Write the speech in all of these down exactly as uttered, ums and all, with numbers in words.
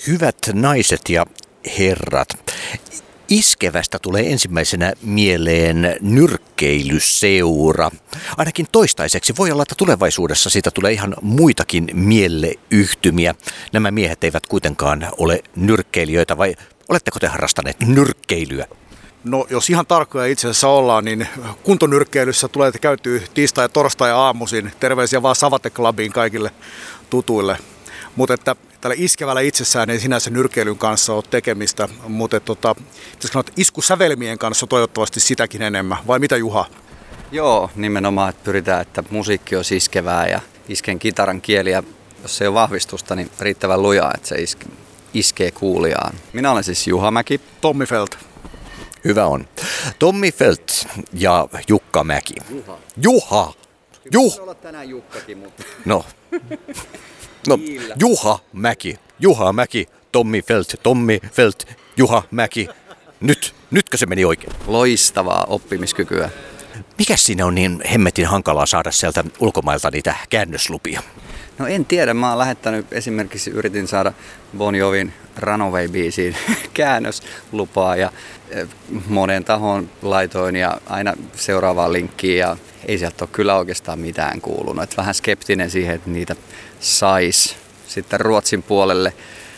Hyvät naiset ja herrat, Iskevästä tulee ensimmäisenä mieleen nyrkkeilyseura. Ainakin toistaiseksi. Voi olla, että tulevaisuudessa siitä tulee ihan muitakin mieleyhtymiä. Nämä miehet eivät kuitenkaan ole nyrkkeilijöitä, vai oletteko te harrastaneet nyrkkeilyä? No jos ihan tarkkoja itse asiassa ollaan, niin kuntonyrkkeilyssä tulee käytyä tiistai- ja torstai-aamuisin. Terveisiä vaan Savate Clubiin kaikille tutuille. Mutta että tällä Iskevällä itsessään ei sinänsä nyrkkeilyn kanssa ole tekemistä, mutta tota, iskusävelmien kanssa toivottavasti sitäkin enemmän. Vai mitä, Juha? Joo, nimenomaan, että pyritään, että musiikki on iskevää ja isken kitaran kieliä, jos ei ole vahvistusta, niin riittävän lujaa, että se iske, iskee kuulijaan. Minä olen siis Juha Mäki. Tommi Felt. Hyvä on. Tommi Felt ja Jukka Mäki. Juha. Juha! Juh! olla tänään Jukkakin, mutta... No. No, Juha Mäki, Juha Mäki, Tommi Felt, Tommi Felt, Juha Mäki. Nyt, nytkö se meni oikein? Loistavaa oppimiskykyä. Mikäs siinä on niin hemmetin hankalaa saada sieltä ulkomailta niitä käännöslupia? No en tiedä, mä oon lähettänyt esimerkiksi, yritin saada Bon Jovin Runaway-biisiin käännöslupaa ja monen tahon laitoin ja aina seuraavaan linkkiin ja ei sieltä ole kyllä oikeastaan mitään kuulunut. Et vähän skeptinen siihen, että niitä sais. Sitten Ruotsin puolelle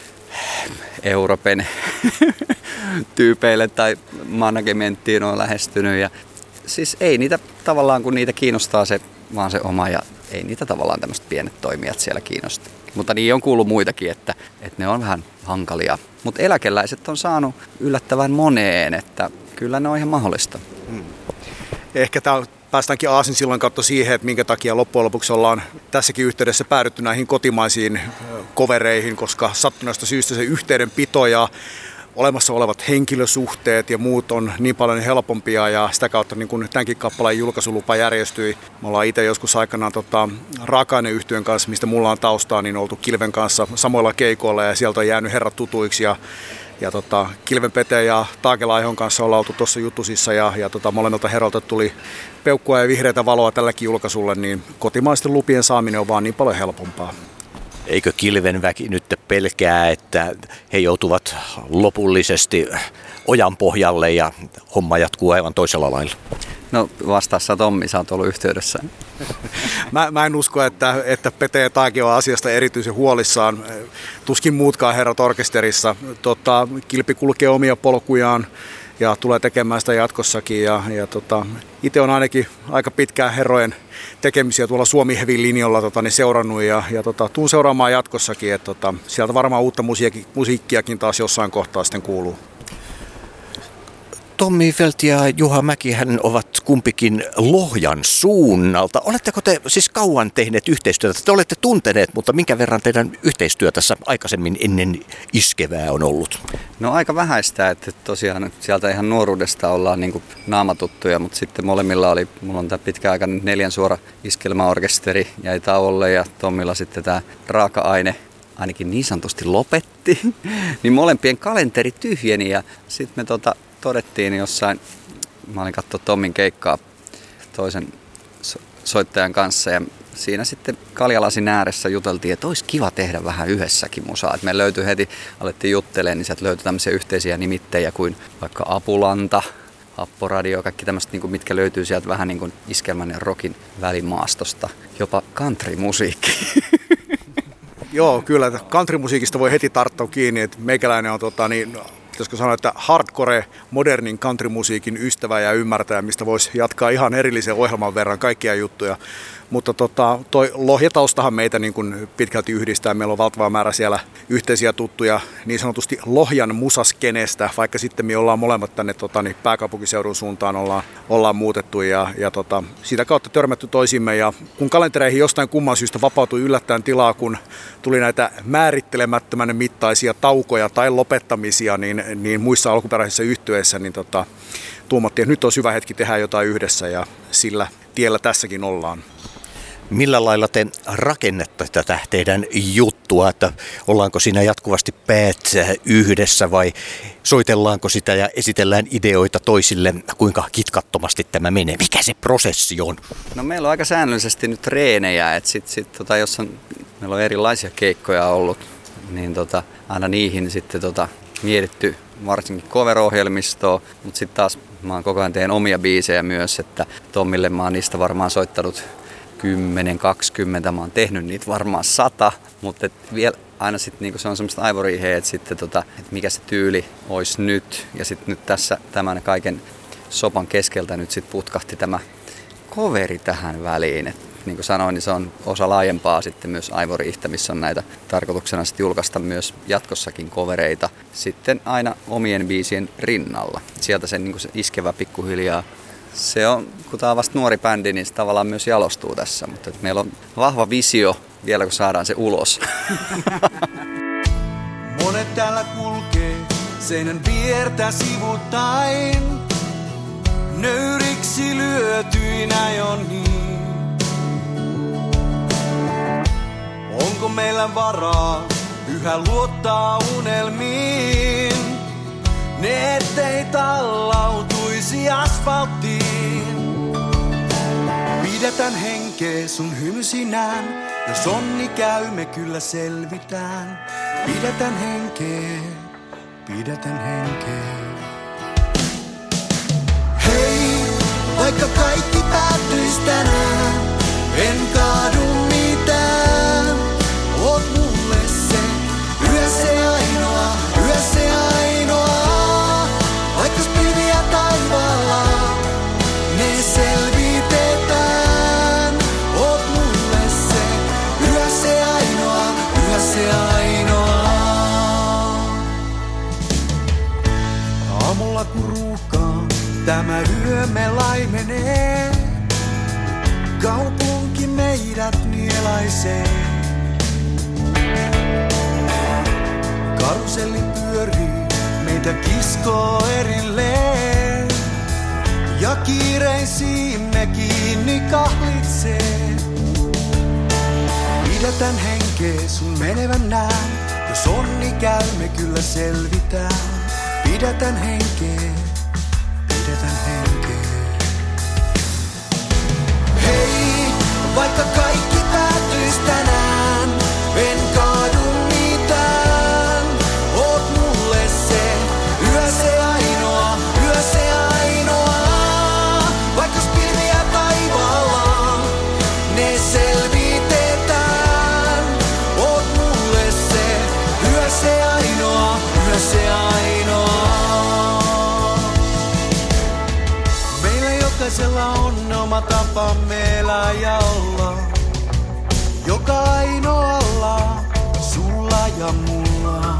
Euroopan tyypeille tai managementtiin on lähestynyt ja siis ei niitä tavallaan, kun niitä kiinnostaa se vaan se oma ja ei niitä tavallaan tämmöiset pienet toimijat siellä kiinnosta. Mutta niin on kuullut muitakin, että, että ne on vähän hankalia. Mutta eläkeläiset on saanut yllättävän moneen, että kyllä ne on ihan mahdollista. Hmm. Ehkä tämä päästäänkin aasinsillan kautta siihen, että minkä takia loppujen lopuksi ollaan tässäkin yhteydessä päädytty näihin kotimaisiin kovereihin, koska sattuneesta syystä se yhteydenpito ja olemassa olevat henkilösuhteet ja muut on niin paljon helpompia ja sitä kautta niin kun tämänkin kappaleen julkaisulupa järjestyi. Me ollaan itse joskus aikanaan tota, Raaka-aineyhtyön kanssa, mistä mulla on taustaa, niin oltu Kilven kanssa samoilla keikoilla ja sieltä on jäänyt herrat tutuiksi. Ja, ja tota, Kilven Pete ja Taake Laihon kanssa ollaan oltu tuossa juttusissa ja, ja tota, molemmilta herralta tuli peukkua ja vihreätä valoa tälläkin julkaisulle, niin kotimaisten lupien saaminen on vaan niin paljon helpompaa. Eikö Kilven väki nyt pelkää, että he joutuvat lopullisesti ojan pohjalle ja homma jatkuu aivan toisella lailla? No vastaassa Tommi, sä oot ollut yhteydessä. mä, mä en usko, että, että Pete ja Taaki on asiasta erityisen huolissaan. Tuskin muutkaan herrat orkesterissa. Tota, Kilpi kulkee omia polkujaan ja tulee tekemään sitä jatkossakin. Ja, ja tota, itse on ainakin aika pitkään herrojen tekemisiä tuolla Suomi Heavy linjalla tota, niin seurannut ja, ja tota, tuun seuraamaan jatkossakin. Et, tota, sieltä varmaan uutta musiikki, musiikkiakin taas jossain kohtaa sitten kuuluu. Tommi Felt ja Juha Mäkihän ovat kumpikin Lohjan suunnalta. Oletteko te siis kauan tehneet yhteistyötä? Te olette tunteneet, mutta minkä verran teidän yhteistyö tässä aikaisemmin ennen Iskevää on ollut? No aika vähäistä, että tosiaan sieltä ihan nuoruudesta ollaan niin kuin naamatuttuja, mutta sitten molemmilla oli, mulla on tämä pitkäaikainen neljän suora iskelmäorkesteri jäi tauolle ja Tommilla sitten tämä raaka-aine ainakin niin sanotusti lopetti, niin molempien kalenteri tyhjeni ja sitten me tota, todettiin jossain, mä olin katsoa Tommin keikkaa toisen so- soittajan kanssa ja siinä sitten kaljalasin ääressä juteltiin, että olisi kiva tehdä vähän yhdessäkin musaa. Et me löytyi heti, alettiin juttelemaan, niin sieltä löytyi tämmöisiä yhteisiä nimittejä kuin vaikka Apulanta, Happoradio, kaikki tämmöiset, niin mitkä löytyy sieltä vähän niin kuin iskelmän ja rockin välimaastosta, jopa countrymusiikki. Joo, kyllä. Countrymusiikista voi heti tarttua kiinni, että meikäläinen on tota, niin, pitäisikö sanoa, että hardcore, modernin countrymusiikin ystävä ja ymmärtäjä, mistä voisi jatkaa ihan erillisen ohjelman verran kaikkia juttuja. Mutta tota, toi Lohja-taustahan meitä niin kuin pitkälti yhdistää. Meillä on valtava määrä siellä yhteisiä tuttuja niin sanotusti Lohjan musaskenestä, vaikka sitten me ollaan molemmat tänne tota, niin pääkaupunkiseudun suuntaan ollaan, ollaan muutettu ja, ja tota, sitä kautta törmätty toisimme. Ja kun kalentereihin jostain kumman syystä vapautui yllättäen tilaa, kun tuli näitä määrittelemättömän mittaisia taukoja tai lopettamisia, niin, niin muissa alkuperäisissä yhtyeissä niin tota, tuumattiin, että nyt on hyvä hetki tehdä jotain yhdessä ja sillä tiellä tässäkin ollaan. Millä lailla te rakennette tätä teidän juttua, että ollaanko siinä jatkuvasti päät yhdessä vai soitellaanko sitä ja esitellään ideoita toisille, kuinka kitkattomasti tämä menee? Mikä se prosessi on? No meillä on aika säännöllisesti nyt treenejä, että sit, sit, tota, jos on, meillä on erilaisia keikkoja ollut niin tota, aina niihin sitten tota, mietitty varsinkin cover-ohjelmistoa, mutta sitten taas mä oon koko ajan teen omia biisejä myös, että Tommille mä oon niistä varmaan soittanut kymmenen kaksikymmentä, mä oon tehnyt niitä varmaan sata, mutta vielä aina sitten niinku se on semmoista aivoriiheä, että sitten tota, et mikä se tyyli olisi nyt, ja sitten nyt tässä tämän kaiken sopan keskeltä nyt sitten putkahti tämä coveri tähän väliin. Et niin kuin sanoin, niin se on osa laajempaa sitten myös aivoriihtä, missä on näitä tarkoituksena sitten julkaista myös jatkossakin covereita sitten aina omien biisien rinnalla. Sieltä se, niin kuin se iskevä pikkuhiljaa. Se on, kun tämä on vasta nuori bändi, niin se tavallaan myös jalostuu tässä, mutta meillä on vahva visio vielä, kun saadaan se ulos. Monet täällä kulkee seinän viertä sivuttain, nöyriksi lyötyinä jo niin. Onko meillä varaa yhä luottaa unelmiin, ne ettei tallautuisi asfalttiin? Pidetään henkeä sun hymysinään, jos onni käy me kyllä selvitään. Pidetään henkeä, pidetään henkeä. Hei, vaikka kaikki päättyis tänään, en kaadu mitään. Oot mulle se, yö se ainoa, yö se ainoa. Vaikka pilviä taivaalla, ne selvitetään. Oot mulle se, yö se ainoa, yö se ainoa. Aamulla kun ruuhkaa tämä yömme laimenee, kaupunki meidät nielaisee. Karuselli pyörii, meitä kiskoo erilleen, ja kiireisiimme kiinni kahlitsee. Pidetään henkeä sun menevän nään, jos onni käy me kyllä selvitään. Pidetään henkeä, pidetään henkeä. Hei, vaikka kaikki päättyis tänään, en kaadu mitään. Oot mulle se, yö se ainoa, yö se ainoa. Vaikka pilviä taivaalla, ne selvitetään. Oot mulle se, yö se ainoa, yö se ainoa. Meillä jokaisella on oma tapamme elää ja olla, joka ainoalla, sulla ja mulla.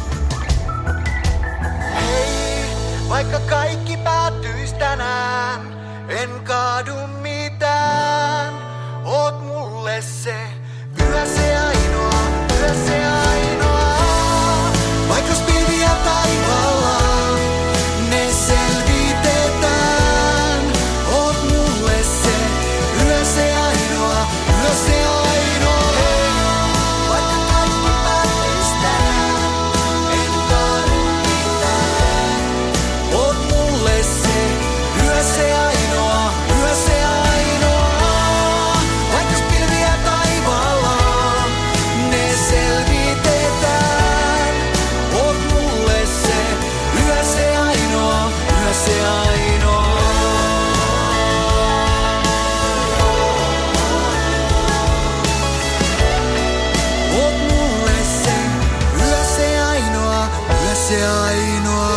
Hei, vaikka kaikki päättyis tänään, en kaadu mitään. Oot mulle se, yö se ainoa, yö se ainoa. Vaikka pilviä taivaalla, ne selvitetään. Oot mulle se, yö se ainoa, yö se ainoa. Vaikka kaikki päättyis tänään, en kaadu mitään. Oot mulle se, yö se ainoa, yö se ainoa. Vaikka pilviä taivaalla, ne selvitetään. Oot mulle se, yö se ainoa, yö se ainoa. Oot mulle se, yö se ainoa, yö se ainoa.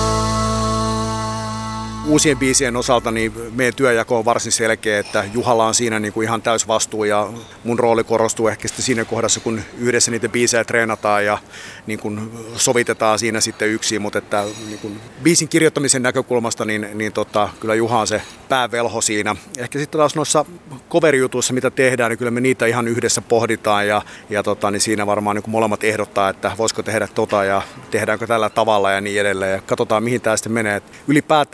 Uusien biisien osalta niin meidän työjako on varsin selkeä, että Juhalla on siinä niin kuin ihan täys vastuu ja mun rooli korostuu ehkä sitten siinä kohdassa, kun yhdessä niitä biisejä treenataan ja niin kuin sovitetaan siinä sitten yksin, mutta että niin kuin biisin kirjoittamisen näkökulmasta niin, niin tota, kyllä Juha on se päävelho siinä. Ehkä sitten taas noissa cover-jutuissa, mitä tehdään, niin kyllä me niitä ihan yhdessä pohditaan ja, ja tota, niin siinä varmaan niin kuin molemmat ehdottaa, että voisiko tehdä tota ja tehdäänkö tällä tavalla ja niin edelleen ja katsotaan mihin tämä sitten menee. Et ylipäätään niin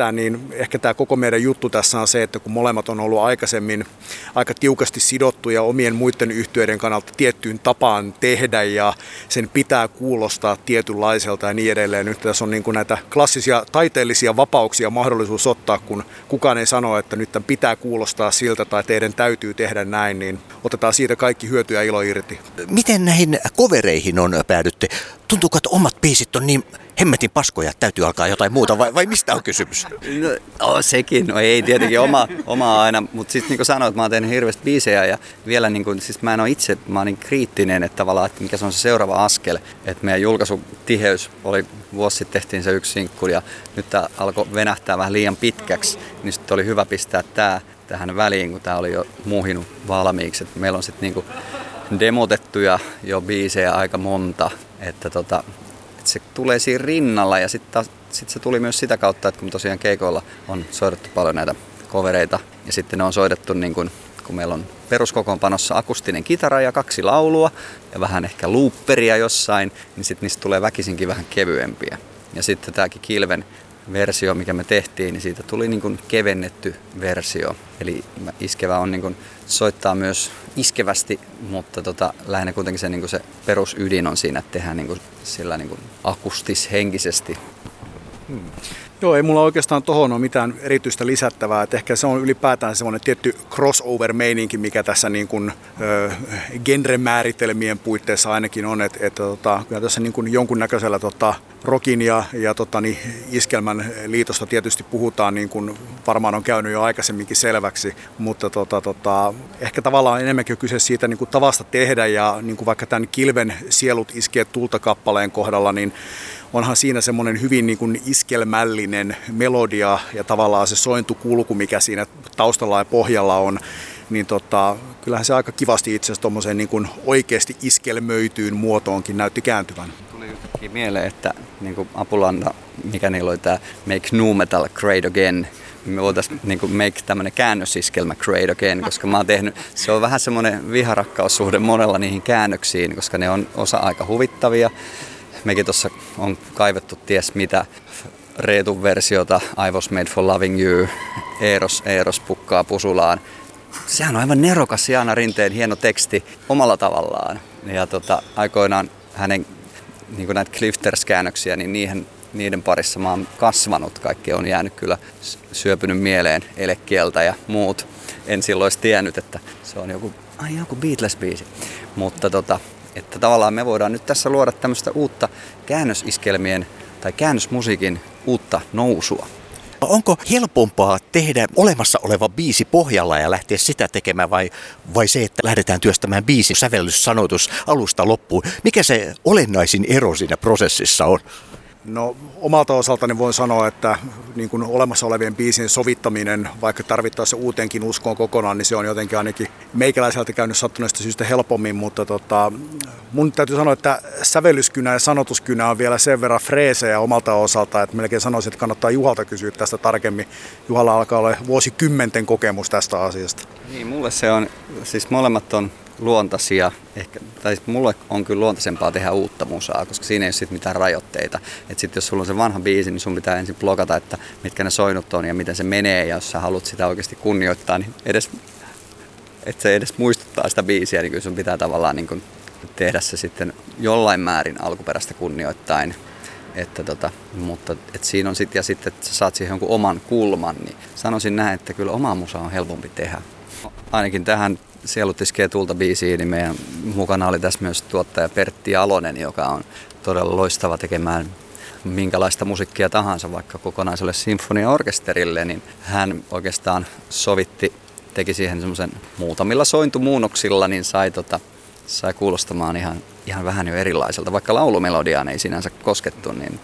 ehkä tämä koko meidän juttu tässä on se, että kun molemmat on ollut aikaisemmin aika tiukasti sidottuja omien muiden yhtyeiden kannalta tiettyyn tapaan tehdä ja sen pitää kuulostaa tietynlaiselta ja niin edelleen. Nyt tässä on niin kuin näitä klassisia taiteellisia vapauksia mahdollisuus ottaa, kun kukaan ei sano, että nyt tämän pitää kuulostaa siltä tai teidän täytyy tehdä näin, niin otetaan siitä kaikki hyöty ja ilo irti. Miten näihin covereihin on päädytty? Tuntuuko, että omat biisit on niin hemmetin paskoja, että täytyy alkaa jotain muuta, vai, vai mistä on kysymys? No, oh, sekin, no ei tietenkin oma, oma aina, mutta siis niin kuin sanoit, mä oon tehnyt hirveästi biisejä ja vielä niin kuin, siis mä en ole itse, mä oon niin kriittinen, että tavallaan, että mikä se on se seuraava askel, että meidän julkaisutiheys oli, vuosi sitten tehtiin se yksi sinkku ja nyt tää alkoi venähtää vähän liian pitkäksi, niin sitten oli hyvä pistää tää tähän väliin, kun tää oli jo muuhinut valmiiksi, että meillä on sitten niin kuin demotettuja jo biisejä aika monta, että tota, se tulee siinä rinnalla ja sitten sit se tuli myös sitä kautta, että kun tosiaan keikoilla on soitettu paljon näitä covereita ja sitten ne on soitettu niin kun, kun meillä on peruskokoonpanossa akustinen kitara ja kaksi laulua ja vähän ehkä looperia jossain, niin sitten niistä tulee väkisinkin vähän kevyempiä. Ja sitten tämäkin Kilven versio, mikä me tehtiin, niin siitä tuli niin kuin kevennetty versio. Eli Iskevä on niin kuin, soittaa myös iskevästi, mutta tota, lähinnä kuitenkin se, niin kuin se perusydin on siinä, että tehdään niin kuin, sillä niin kuin akustishenkisesti. Hmm. Joo, ei mulla oikeastaan tohon ole mitään erityistä lisättävää. Et ehkä se on ylipäätään semmoinen tietty crossover-meininki, mikä tässä niin kuin, ö, genremääritelmien puitteissa ainakin on. Että et, tota, kyllä tässä niin kuin jonkunnäköisellä tota, rockin ja, ja tota, niin, iskelmän liitosta tietysti puhutaan, niin kuin varmaan on käynyt jo aikaisemminkin selväksi. Mutta tota, tota, ehkä tavallaan enemmänkin on kyse siitä niin kuin tavasta tehdä ja niin kuin vaikka tämän Kilven Sielut iskee tulta -kappaleen kohdalla, niin onhan siinä semmoinen hyvin niin kuin iskelmällinen melodia ja tavallaan se sointukulku, mikä siinä taustalla ja pohjalla on, niin tota, kyllähän se aika kivasti itse asiassa tuommoiseen niin kuin oikeasti iskelmöityyn muotoonkin näytti kääntyvän. Tuli yhtäkkiä mieleen, että niin kuin Apulanta, mikä niillä oli tämä Make Nu Metal Great Again, me voitaisiin niin kuin make tämmöinen käännösiskelmä Great Again, koska mä oon tehnyt, se on vähän semmoinen viharakkaussuhde monella niihin käännöksiin, koska ne on osa aika huvittavia. Mekin tuossa on kaivettu ties mitä Reetun versiota I Was Made for Loving You, Eeros, Eeros pukkaa pusulaan. Sehän on aivan nerokas Jaana Rinteen hieno teksti omalla tavallaan. Ja tota, aikoinaan hänen niin näitä Clifters-käännöksiä, niin niihin, niiden parissa mä oon kasvanut. Kaikki on jäänyt kyllä syöpynyt mieleen, Elekieltä ja muut. En silloin olisi tiennyt, että se on joku, ai joku Beatles-biisi. Mutta tota, että tavallaan me voidaan nyt tässä luoda tämmöistä uutta käännösiskelmien tai käännösmusiikin uutta nousua. Onko helpompaa tehdä olemassa oleva biisi pohjalla ja lähteä sitä tekemään vai, vai se, että lähdetään työstämään biisin sävellys, sanoitus alusta loppuun? Mikä se olennaisin ero siinä prosessissa on? No omalta osaltani voin sanoa, että niin kuin olemassa olevien biisien sovittaminen, vaikka tarvittaessa uuteenkin uskoon kokonaan, niin se on jotenkin ainakin meikäläiseltä käynyt sattuneesta syystä helpommin, mutta tota, mun täytyy sanoa, että sävellyskynä ja sanotuskynä on vielä sen verran freesejä omalta osalta, että melkein sanoisin, että kannattaa Juhalta kysyä tästä tarkemmin. Juhalla alkaa olla vuosikymmenten kokemus tästä asiasta. Niin, mulle se on, siis molemmat on luontaisia, ehkä, tai mulle on kyllä luontaisempaa tehdä uutta musaa, koska siinä ei ole sit mitään rajoitteita. Et sit jos sulla on se vanha biisi, niin sun pitää ensin blogata, että mitkä ne soinut on ja miten se menee, ja jos sä haluat sitä oikeasti kunnioittaa, niin edes, että se edes muistuttaa sitä biisiä, niin kyllä sun pitää tavallaan niin kun tehdä se sitten jollain määrin alkuperäistä kunnioittain. Että tota, mutta et siinä on sitten, ja sitten, että sä saat siihen jonkun oman kulman, niin sanoisin näin, että kyllä oma musa on helpompi tehdä. Ainakin tähän Sielut iskee tulta -biisiin, niin meidän mukana oli tässä myös tuottaja Pertti Alonen, joka on todella loistava tekemään minkälaista musiikkia tahansa, vaikka kokonaiselle sinfoniaorkesterille, niin hän oikeastaan sovitti, teki siihen semmoisen muutamilla sointumuunnoksilla, niin sai, tota, sai kuulostamaan ihan, ihan vähän jo erilaiselta, vaikka laulumelodiaan ei sinänsä koskettu, niin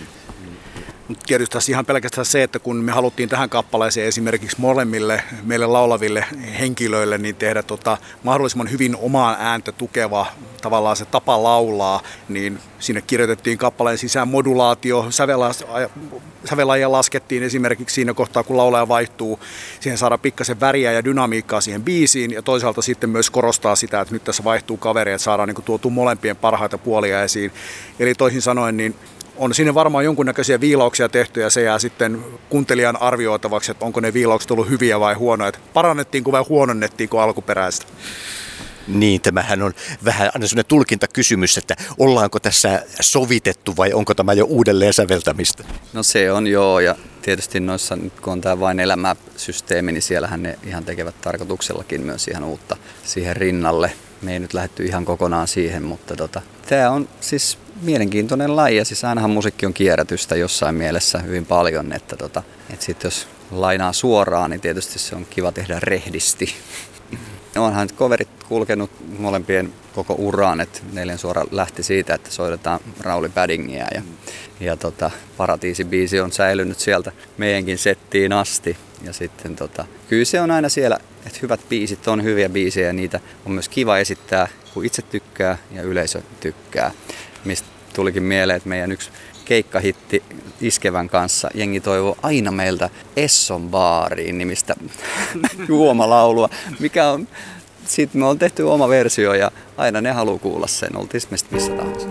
Tietysti tässä ihan pelkästään se, että kun me haluttiin tähän kappaleeseen esimerkiksi molemmille meille laulaville henkilöille niin tehdä tota mahdollisimman hyvin omaan ääntä tukeva tavallaan se tapa laulaa, niin sinne kirjoitettiin kappaleen sisään modulaatio, sävelajia laskettiin esimerkiksi siinä kohtaa, kun laulaja vaihtuu, siihen saada pikkasen väriä ja dynamiikkaa siihen biisiin ja toisaalta sitten myös korostaa sitä, että nyt tässä vaihtuu kaveri, että saadaan niin kuin tuotua molempien parhaita puolia esiin. Eli toisin sanoen, niin on sinne varmaan jonkunnäköisiä viilauksia tehty ja se jää sitten kuuntelijan arvioitavaksi, että onko ne viilaukset ollut hyviä vai huonoja. Että parannettiinko vai huononnettiinko alkuperäistä? Niin, tämähän on vähän aina sellainen tulkintakysymys, että ollaanko tässä sovitettu vai onko tämä jo uudelleen säveltämistä? No se on joo, ja tietysti noissa, nyt kun on tämä Vain elämää -systeemi, niin siellähän ne ihan tekevät tarkoituksellakin myös ihan uutta siihen rinnalle. Me ei nyt lähdetty ihan kokonaan siihen, mutta tota, tämä on siis mielenkiintoinen laji, ja siis ainahan musiikki on kierrätystä jossain mielessä hyvin paljon, että tota, et sit jos lainaa suoraan, niin tietysti se on kiva tehdä rehdisti. Onhan coverit kulkenut molempien koko uraan, että Neljän suora lähti siitä, että soitetaan Rauli Paddingia ja, ja tota, Paratiisi-biisi on säilynyt sieltä meidänkin settiin asti. Ja sitten tota, kyllä se on aina siellä, että hyvät biisit on hyviä biisejä ja niitä on myös kiva esittää, kun itse tykkää ja yleisö tykkää. Mistä tulikin mieleen, että meidän yksi keikkahitti Iskevän kanssa jengi toivoo aina meiltä Esson baariin nimistä juomalaulua, mikä on, sitten me on tehty oma versio ja aina ne haluaa kuulla sen, oltiin missä tahansa.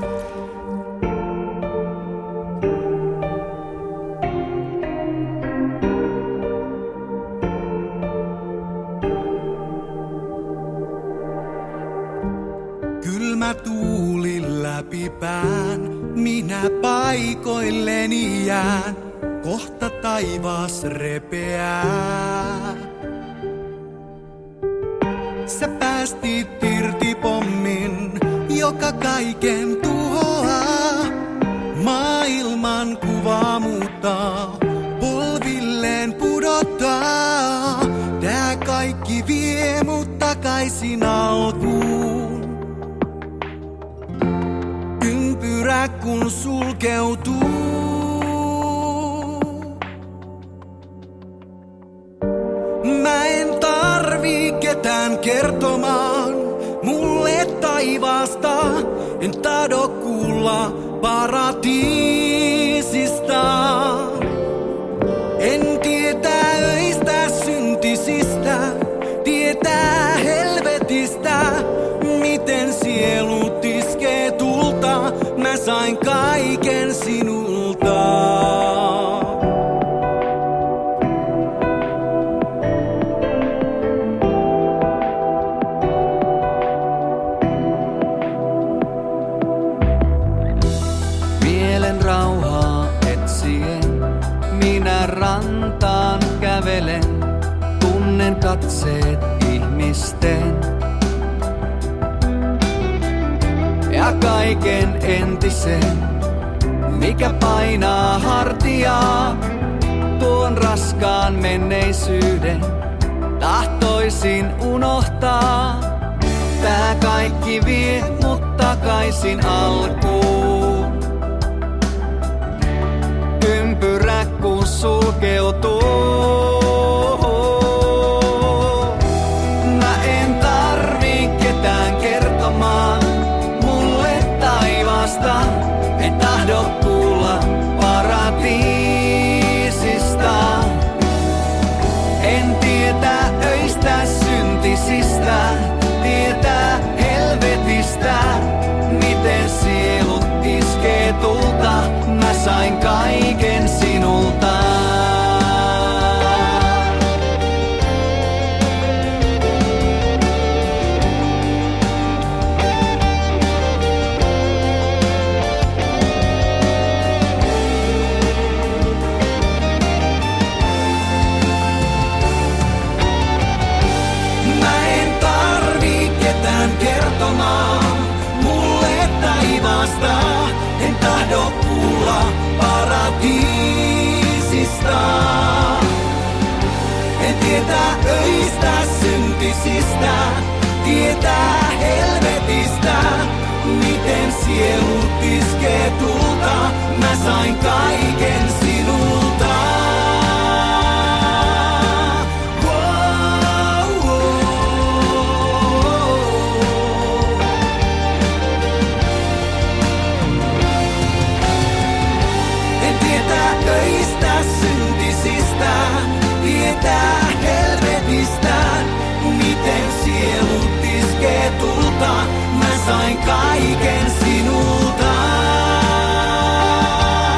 Kylmä tuuli läpi pään, minä paikoilleni jään, kohta taivaas repeää. Sä päästit irti pommin, joka kaiken tuhoaa. Maailman kuva muuttaa, polvilleen pudottaa. Tää kaikki vie mut takaisin alkuun. Ympyrä kun sulkeutuu. Mä en tarvii ketään kertomaan mulle taivaasta. En tahdo kuulla paratiisista. En tietää öistä syntisistä, tietää helvetistä. Miten sielut iskee tulta, mä sain kaiken sinulta. Mielen rauhaa etsien, minä rantaan kävelen, tunnen katseet ihmisten. Ja kaiken entisen, mikä painaa hartiaa, tuon raskaan menneisyyden tahtoisin unohtaa. Tää kaikki vie mut takaisin alkuun. Ympyrä kun sulkeutuu. Mä en tarvii ketään kertomaan en tahdo kuulla paratiisista. En tietää öistä syntisistä, tietää helvetistä. Miten sielut iskee tulta, mä sain kaiken sinulta. Mulle taivaasta, en tahdo kuulla paratiisista. En tietää öistä syntisistä, tietää helvetistä. Miten sielut iskee tulta, mä sain kaiken sinulta. Tietää helvetistä, miten sielut iskee tulta, mä sain kaiken sinulta.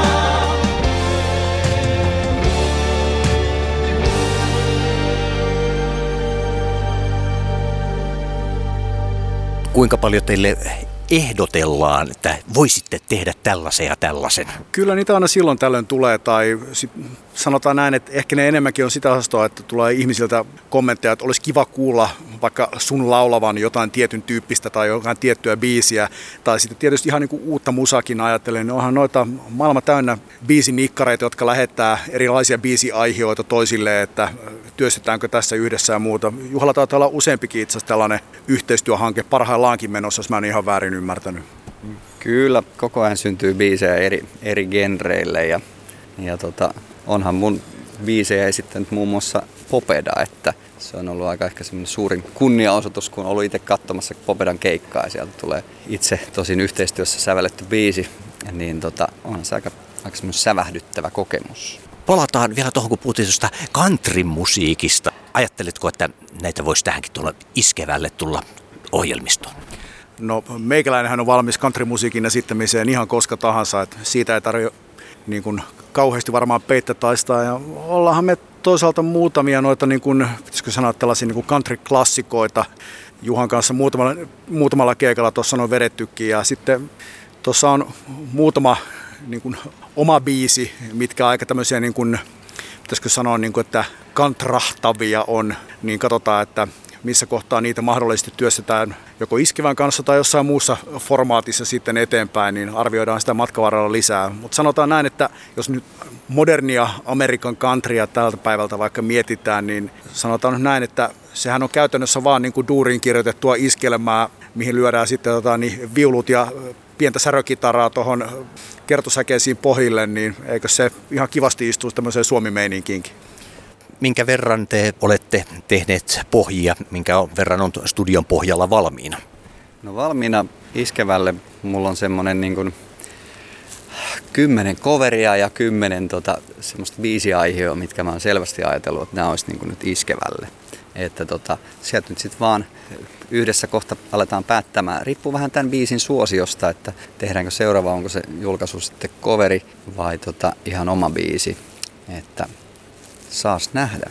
Kuinka paljon teille ehdotellaan, että voisitte tehdä tällaisen ja tällaisen? Kyllä niitä aina silloin tällöin tulee, tai sit sanotaan näin, että ehkä ne enemmänkin on sitä osastoa, että tulee ihmisiltä kommentteja, että olisi kiva kuulla vaikka sun laulavan jotain tietyn tyyppistä tai jotain tiettyä biisiä, tai sitten tietysti ihan niin kuin uutta musakin ajattelen, niin onhan noita maailma täynnä biisinikkareita, jotka lähettää erilaisia biisiaiheita toisille, että työstetäänkö tässä yhdessä ja muuta. Juhalla taitaa olla useampikin itse asiassa tällainen yhteistyöhanke parhaillaankin menossa, jos mä en ihan väärin ymmärtänyt. Kyllä, koko ajan syntyy biisejä eri, eri genreille ja, ja tota, onhan mun biisejä esittänyt muun muassa Popeda, että se on ollut aika ehkä semmoinen suurin kunniaosoitus, kun on ollut itse katsomassa Popedan keikkaa ja sieltä tulee itse tosin yhteistyössä sävelletty biisi, niin tota, on se aika, aika semmoinen sävähdyttävä kokemus. Palataan vielä tuohon, kun puhuttiin tuosta country-musiikista. Ajattelitko, että näitä voisi tähänkin tulla Iskevälle tulla ohjelmistoon? No meikäläinenhän on valmis countrymusiikin esittämiseen ihan koska tahansa, että siitä ei tarvitse niin kuin kauheasti varmaan peittä taistaa. Ja ollaanhan me toisaalta muutamia noita, niin kuin, pitäisikö sanoa tällaisia niin kuin country-klassikoita Juhan kanssa muutamalla, muutamalla keikalla tuossa on vedettykin. Ja sitten tuossa on muutama niin kuin oma biisi, mitkä aika tämmöisiä, niin kuin, pitäisikö sanoa, niin kuin, että kantrahtavia on, niin katsotaan, että missä kohtaa niitä mahdollisesti työstetään joko Iskevän kanssa tai jossain muussa formaatissa sitten eteenpäin, niin arvioidaan sitä matkavarrella lisää. Mutta sanotaan näin, että jos nyt modernia Amerikan countrya tältä päivältä vaikka mietitään, niin sanotaan nyt näin, että sehän on käytännössä vaan niin kuin duuriin kirjoitettua iskelmää, mihin lyödään sitten tota, niin viulut ja pientä särökitaraa tuohon kertosäkeisiin pohjille, niin eikö se ihan kivasti istuisi tämmöiseen suomi-meininkiinkin. Minkä verran te olette tehneet pohjia, minkä verran on studion pohjalla valmiina? No valmiina Iskevälle mulla on semmoinen niin kuin kymmenen coveria ja kymmenen tota, semmoista biisiaiheoa, mitkä mä oon selvästi ajatellut, että nämä olisi niin kuin nyt Iskevälle. Että tota, sieltä nyt sitten vaan yhdessä kohta aletaan päättämään. Riippuu vähän tämän biisin suosiosta, että tehdäänkö seuraava, onko se julkaisu sitten coveri vai tota, ihan oma biisi. Että saas nähdä.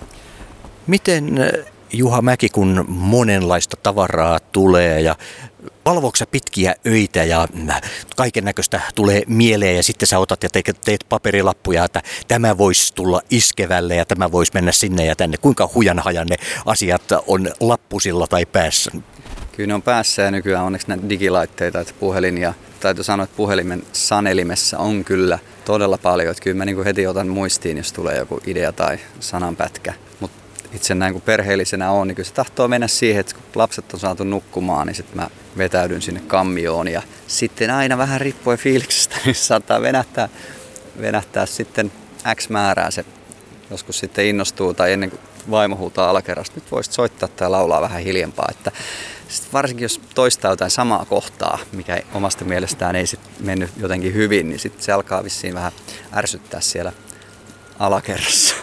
Miten, Juha Mäki, kun monenlaista tavaraa tulee ja valvoiko sä pitkiä öitä ja kaiken näköistä tulee mieleen ja sitten sä otat ja teet, teet paperilappuja, että tämä voisi tulla Iskevälle ja tämä voisi mennä sinne ja tänne. Kuinka hujanhajan ne asiat on lappusilla tai päässä? Kyllä ne on päässä ja nykyään onneksi näitä digilaitteita, että puhelin ja täytyy sanoa, että puhelimen sanelimessa on kyllä todella paljon. Että kyllä mä niin kuin heti otan muistiin, jos tulee joku idea tai sananpätkä. Mutta itse näin kun perheellisenä on, niin kyllä se tahtoo mennä siihen, että kun lapset on saatu nukkumaan, niin sitten mä vetäydyn sinne kammioon. Ja sitten aina vähän riippuen fiiliksestä, niin saattaa venähtää, venähtää sitten X määrää se. Joskus sitten innostuu tai ennen kuin vaimo huutaa alakerrasta, nyt voisit soittaa tai laulaa vähän hiljempaa. Että varsinkin jos toistaa jotain samaa kohtaa, mikä omasta mielestään ei sit mennyt jotenkin hyvin, niin sitten se alkaa vissiin vähän ärsyttää siellä alakerrassa.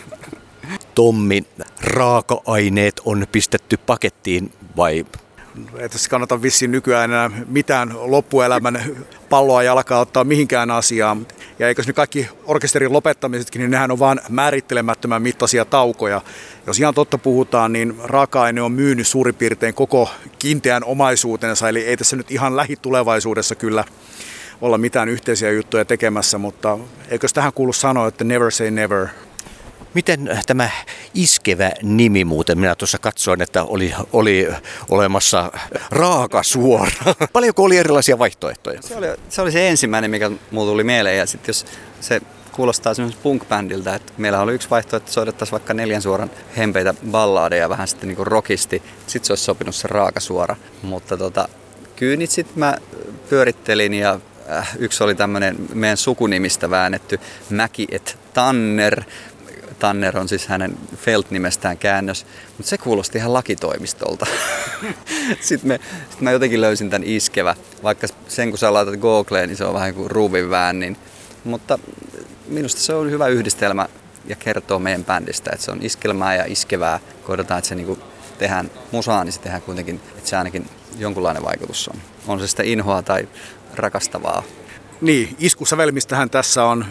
Tommi, raaka-aineet on pistetty pakettiin vai? Ei tässä kannata vissiin nykyään enää mitään loppuelämän palloa jalkaa ottaa mihinkään asiaan. Ja eikös ne kaikki orkesterin lopettamisetkin, niin nehän on vaan määrittelemättömän mittaisia taukoja. Jos ihan totta puhutaan, niin raaka-aine on myynyt suurin piirtein koko kiinteän omaisuutensa. Eli ei tässä nyt ihan lähitulevaisuudessa kyllä olla mitään yhteisiä juttuja tekemässä, mutta eikös tähän kuulu sanoa, että never say never. Miten tämä Iskevä nimi muuten? Minä tuossa katsoin, että oli, oli olemassa Raakasuora. Paljonko oli erilaisia vaihtoehtoja? Se oli se, oli se ensimmäinen, mikä mulle tuli mieleen. Ja sitten jos se kuulostaa semmoiselta punk-bändiltä, että meillä oli yksi vaihtoehto, että soitettaisiin vaikka neljän suoran hempeitä balladeja vähän sitten niin kuin rockisti. Sitten se olisi sopinut se Raakasuora. Mutta tota, kyynit sitten mä pyörittelin ja äh, yksi oli tämmöinen meidän sukunimistä väännetty Mäki et Tanner. Tanner on siis hänen Felt-nimestään käännös, mutta se kuulosti ihan lakitoimistolta. Sitten, me, sitten mä jotenkin löysin tämän Iskevä, vaikka sen kun sä laitat Googleen, niin se on vähän kuin ruuvin väännin. Mutta minusta se on hyvä yhdistelmä ja kertoo meidän bändistä, että se on iskelmää ja iskevää. Koetetaan, että se niin kuin tehdään musaa, niin se tehdään kuitenkin, että se ainakin jonkunlainen vaikutus on. On se sitä inhoa tai rakastavaa. Niin, iskusävelmistähän tässä on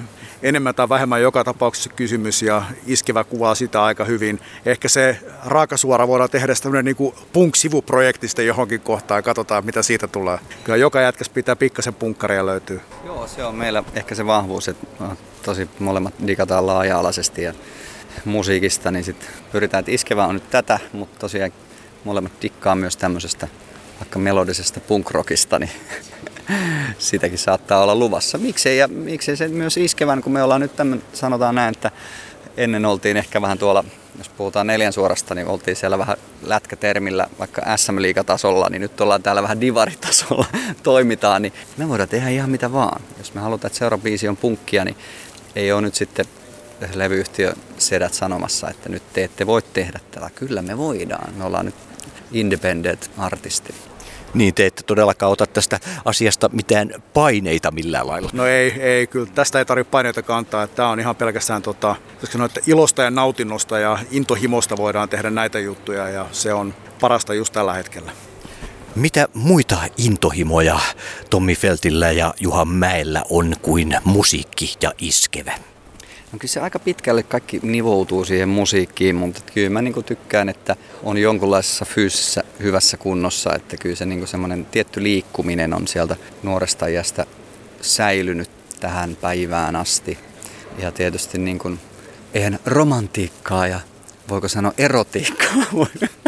enemmän tai vähemmän joka tapauksessa kysymys ja Iskevä kuvaa sitä aika hyvin. Ehkä se Raakasuora voidaan tehdä tämmöinen niin kuin punk-sivuprojektista johonkin kohtaan ja katsotaan mitä siitä tulee. Kyllä joka jätkäs pitää pikkasen punkkaria löytyy. Joo, se on meillä ehkä se vahvuus, että tosi molemmat digataan laaja-alaisesti ja musiikista, niin sitten pyritään, että Iskevä on nyt tätä, mutta tosiaan molemmat dikkaa myös tämmöisestä vaikka melodisesta punkrockista, niin sitäkin saattaa olla luvassa. Miksei, ja miksei se myös Iskevän, kun me ollaan nyt tämän, sanotaan näin, että ennen oltiin ehkä vähän tuolla, jos puhutaan neljän suorasta, niin oltiin siellä vähän lätkätermillä vaikka S M-liigatasolla, niin nyt ollaan täällä vähän divaritasolla, toimitaan, niin me voidaan tehdä ihan mitä vaan. Jos me halutaan, että seuraava biisi on punkkia, niin ei ole nyt sitten levyyhtiö sedät sanomassa, että nyt te ette voi tehdä tätä. Kyllä me voidaan. Me ollaan nyt independent artisti. Niin, te ette todellakaan ota tästä asiasta mitään paineita millään lailla. No ei, ei kyllä. Tästä ei tarvitse paineita kantaa. Tämä on ihan pelkästään tota, sanoa, että ilosta ja nautinnosta ja intohimosta voidaan tehdä näitä juttuja ja se on parasta just tällä hetkellä. Mitä muita intohimoja Tommi Feltillä ja Juha Mäellä on kuin musiikki ja Iskevä? No kyllä se aika pitkälle kaikki nivoutuu siihen musiikkiin, mutta kyllä mä niin tykkään, että on jonkunlaisessa fyysisessä hyvässä kunnossa, että kyllä se niin semmoinen tietty liikkuminen on sieltä nuoresta iästä säilynyt tähän päivään asti. Ja tietysti niin kuin, eihän romantiikkaa ja voiko sanoa erotiikkaa voi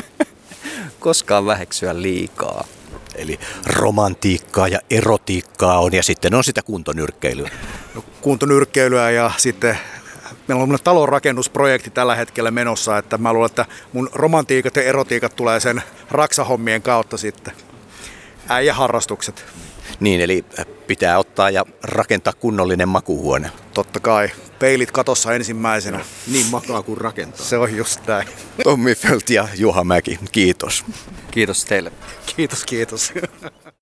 koskaan väheksyä liikaa. Eli romantiikkaa ja erotiikkaa on ja sitten on sitä kuntonyrkkeilyä. No, kuntonyrkkeilyä ja sitten meillä on talonrakennusprojekti tällä hetkellä menossa, että mä luulen, että mun romantiikat ja erotiikat tulee sen raksahommien kautta sitten. Äijäharrastukset. Niin, eli pitää ottaa ja rakentaa kunnollinen makuuhuone. Totta kai. Peilit katossa ensimmäisenä. Niin makaa kuin rakentaa. Se on just näin. Tommi Felt ja Juha Mäki, kiitos. Kiitos teille. Kiitos, kiitos.